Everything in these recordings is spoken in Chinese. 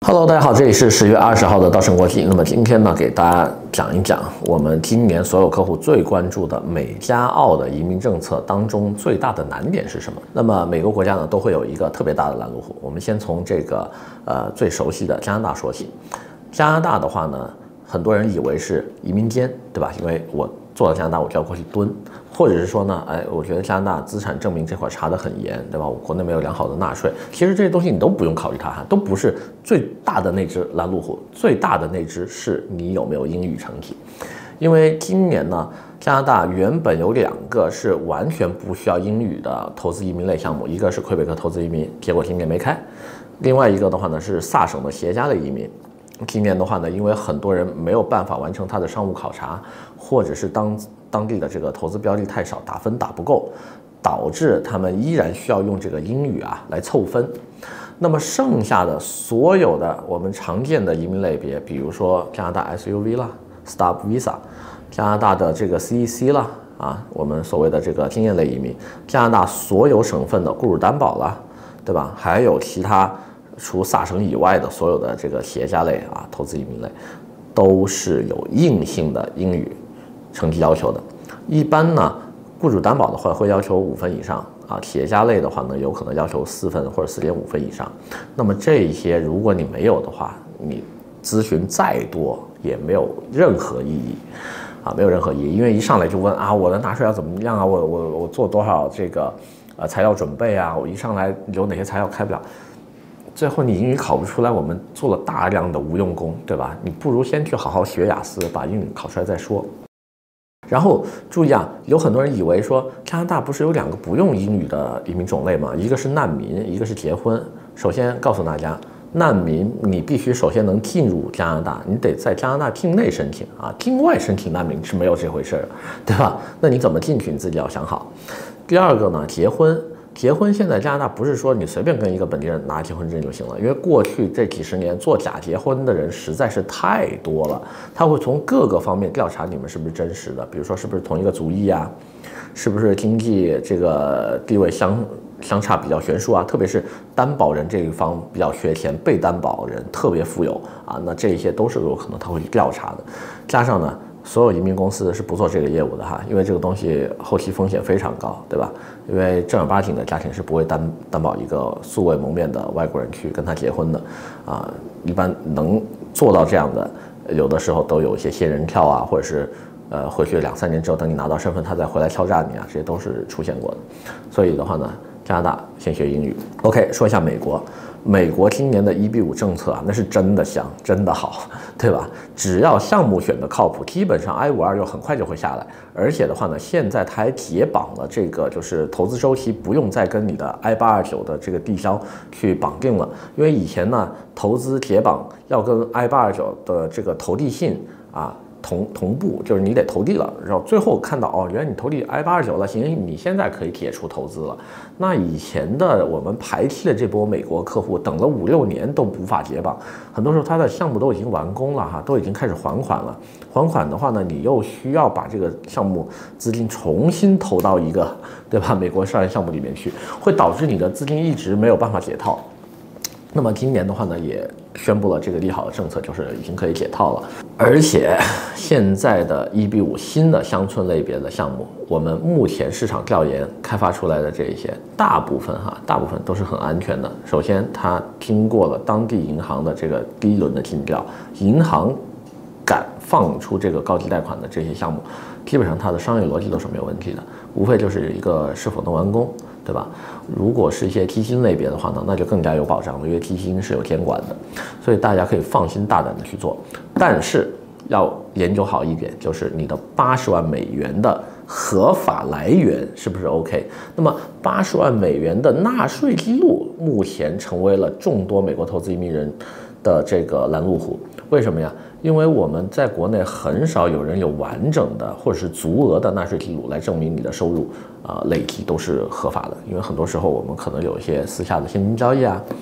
Hello， 大家好，这里是10月20号的稻盛国际。那么今天呢，给大家讲一讲我们今年所有客户最关注的美加澳的移民政策当中最大的难点是什么？那么每个国家呢都会有一个特别大的拦路虎。我们先从这个最熟悉的加拿大说起。加拿大的话呢，很多人以为是移民监，对吧？因为我做到加拿大，我就要过去蹲，或者是说呢，我觉得加拿大资产证明这块查得很严，对吧？我国内没有良好的纳税，其实这些东西你都不用考虑它哈，都不是最大的那只拦路虎，最大的那只是你有没有英语成绩。因为今年呢，加拿大原本有2个是完全不需要英语的投资移民类项目，一个是魁北克投资移民，结果今年没开；另外一个的话呢是萨省的携家类移民。今年的话呢，因为很多人没有办法完成他的商务考察，或者是当地的这个投资标的太少，打分打不够，导致他们依然需要用这个英语来凑分。那么剩下的所有的我们常见的移民类别，比如说加拿大 SUV 啦、Stop Visa， 加拿大的这个 CEC 啦，我们所谓的这个经验类移民，加拿大所有省份的雇主担保啦，对吧？还有其他除萨省以外的所有的这个携家类投资移民类，都是有硬性的英语成绩要求的。一般呢，雇主担保的话会要求5分以上携家类的话呢，有可能要求4分或者4.5分以上。那么这些如果你没有的话，你咨询再多也没有任何意义没有任何意义，因为一上来就问我的纳税要怎么样我做多少这个材料准备我一上来有哪些材料开不了。最后你英语考不出来，我们做了大量的无用功，对吧？你不如先去好好学雅思，把英语考出来再说。然后注意有很多人以为说加拿大不是有2个不用英语的移民种类吗？一个是难民，一个是结婚。首先告诉大家，难民你必须首先能进入加拿大，你得在加拿大境内申请境外申请难民是没有这回事的，对吧？那你怎么进去你自己要想好。第二个呢，结婚现在加拿大不是说你随便跟一个本地人拿结婚证就行了，因为过去这几十年做假结婚的人实在是太多了，他会从各个方面调查你们是不是真实的，比如说是不是同一个族裔是不是经济这个地位相差比较悬殊特别是担保人这一方比较缺钱，被担保人特别富有那这些都是有可能他会去调查的。加上呢，所有移民公司是不做这个业务的因为这个东西后期风险非常高，对吧？因为正儿八经的家庭是不会担保一个素未谋面的外国人去跟他结婚的一般能做到这样的，有的时候都有一些仙人跳或者是回去2-3年之后，等你拿到身份，他再回来敲诈你这些都是出现过的。所以的话呢，加拿大先学英语。OK， 说一下美国。美国今年的EB5政策那是真的香，真的好，对吧？只要项目选的靠谱，基本上 I526很快就会下来。而且的话呢，现在它还解绑了这个，就是投资周期不用再跟你的 I829的这个地销去绑定了。因为以前呢，投资解绑要跟 I829的这个投递信同步，就是你得投递了，然后最后看到原来你投递 I829了，行，你现在可以解除投资了。那以前的我们排期的这波美国客户等了5-6年都无法解绑，很多时候他的项目都已经完工了都已经开始还款了。还款的话呢，你又需要把这个项目资金重新投到一个，对吧？美国商业项目里面去，会导致你的资金一直没有办法解套。那么今年的话呢，也宣布了这个利好的政策，就是已经可以解套了。而且现在的EB5新的乡村类别的项目，我们目前市场调研开发出来的这一些，大部分都是很安全的。首先，它经过了当地银行的这个第一轮的尽调，银行敢放出这个高级贷款的这些项目，基本上它的商业逻辑都是没有问题的，无非就是一个是否能完工，对吧？如果是一些基金类别的话呢，那就更加有保障了，因为基金是有监管的，所以大家可以放心大胆的去做。但是要研究好一点，就是你的80万美元的合法来源是不是 OK？ 那么80万美元的纳税记录目前成为了众多美国投资移民人的这个拦路虎。为什么呀？因为我们在国内很少有人有完整的或者是足额的纳税记录来证明你的收入累计都是合法的。因为很多时候我们可能有一些私下的现金交易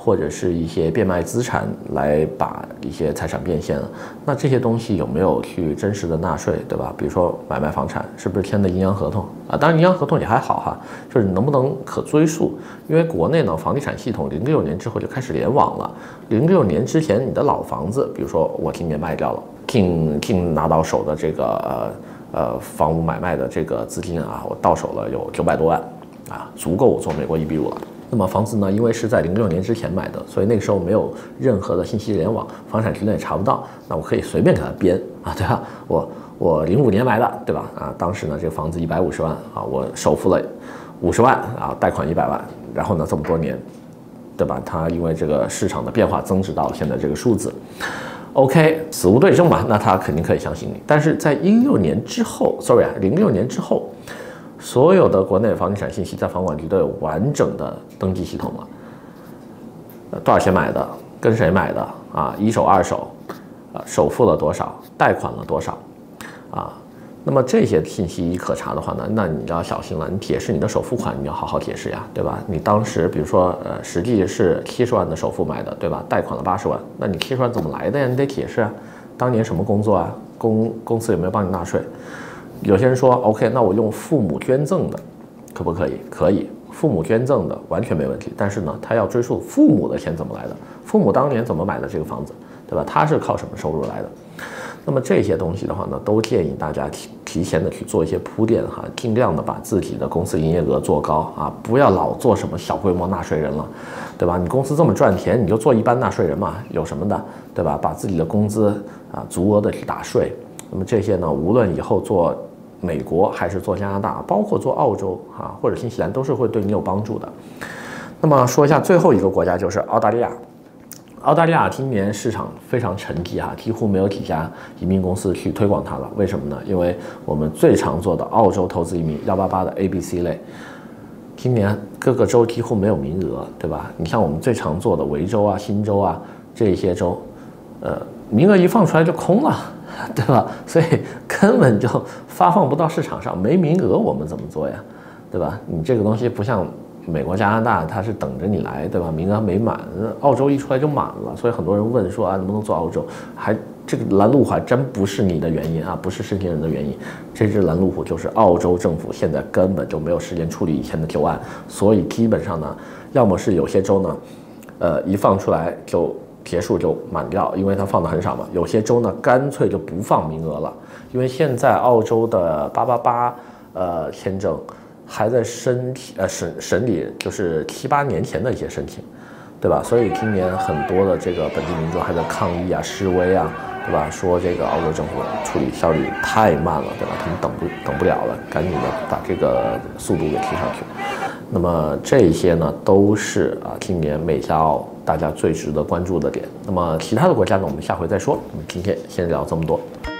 或者是一些变卖资产来把一些财产变现了，那这些东西有没有去真实的纳税，对吧？比如说买卖房产是不是签的阴阳合同啊？当然阴阳合同也还好哈，就是能不能可追溯？因为国内呢房地产系统06年之后就开始联网了，06年之前你的老房子，比如说我今年卖掉了，King拿到手的这个房屋买卖的这个资金啊，我到手了有900多万啊，足够做美国1:5了。那么房子呢，因为是在06年之前买的，所以那个时候没有任何的信息联网，房产局呢也查不到，那我可以随便给它编啊，对吧？我05年买的，对吧？啊，当时呢这个房子150万啊，我首付了50万啊，贷款100万，然后呢这么多年，对吧？它因为这个市场的变化增值到现在这个数字。OK， 死无对证嘛，那他肯定可以相信你。但是在06年之后 ，06年之后，所有的国内房地产信息在房管局都有完整的登记系统了。多少钱买的，跟谁买的啊？一手、二手，首付了多少，贷款了多少，啊？那么这些信息一可查的话呢，那你要小心了。你解释你的首付款，你要好好解释呀，对吧？你当时比如说实际是70万的首付买的，对吧？贷款了80万，那你70万怎么来的呀？你得解释啊。当年什么工作啊？公司有没有帮你纳税？有些人说 OK， 那我用父母捐赠的，可不可以？可以，父母捐赠的完全没问题。但是呢，他要追溯父母的钱怎么来的，父母当年怎么买的这个房子，对吧？他是靠什么收入来的？那么这些东西的话呢，都建议大家提前的去做一些铺垫哈，尽量的把自己的公司营业额做高啊，不要老做什么小规模纳税人了，对吧？你公司这么赚钱，你就做一般纳税人嘛，有什么的，对吧？把自己的工资啊足额的去打税。那么这些呢，无论以后做美国还是做加拿大，包括做澳洲啊或者新西兰，都是会对你有帮助的。那么说一下最后一个国家就是澳大利亚。澳大利亚今年市场非常沉寂哈，几乎没有几家移民公司去推广它了。为什么呢？因为我们最常做的澳洲投资移民188的 ABC 类，今年各个州几乎没有名额，对吧？你像我们最常做的维州啊、新州啊这一些州，名额一放出来就空了，对吧？所以根本就发放不到市场上，没名额我们怎么做呀？对吧？你这个东西不像美国、加拿大，它是等着你来，对吧？名额没满，澳洲一出来就满了，所以很多人问说啊，能不能做澳洲？这个拦路虎还真不是你的原因啊，不是申请人的原因，这只拦路虎就是澳洲政府现在根本就没有时间处理以前的旧案，所以基本上呢，要么是有些州呢，一放出来就结束就满掉，因为它放的很少嘛。有些州呢，干脆就不放名额了，因为现在澳洲的888签证还在审理，就是7、8年前的一些申请，对吧？所以今年很多的这个本地民众还在抗议啊、示威啊，对吧？说这个澳洲政府处理效率太慢了，对吧？他们等不了了，赶紧的把这个速度给提上去。那么这些呢，都是今年美加澳大家最值得关注的点。那么其他的国家呢，我们下回再说。那么今天先聊这么多。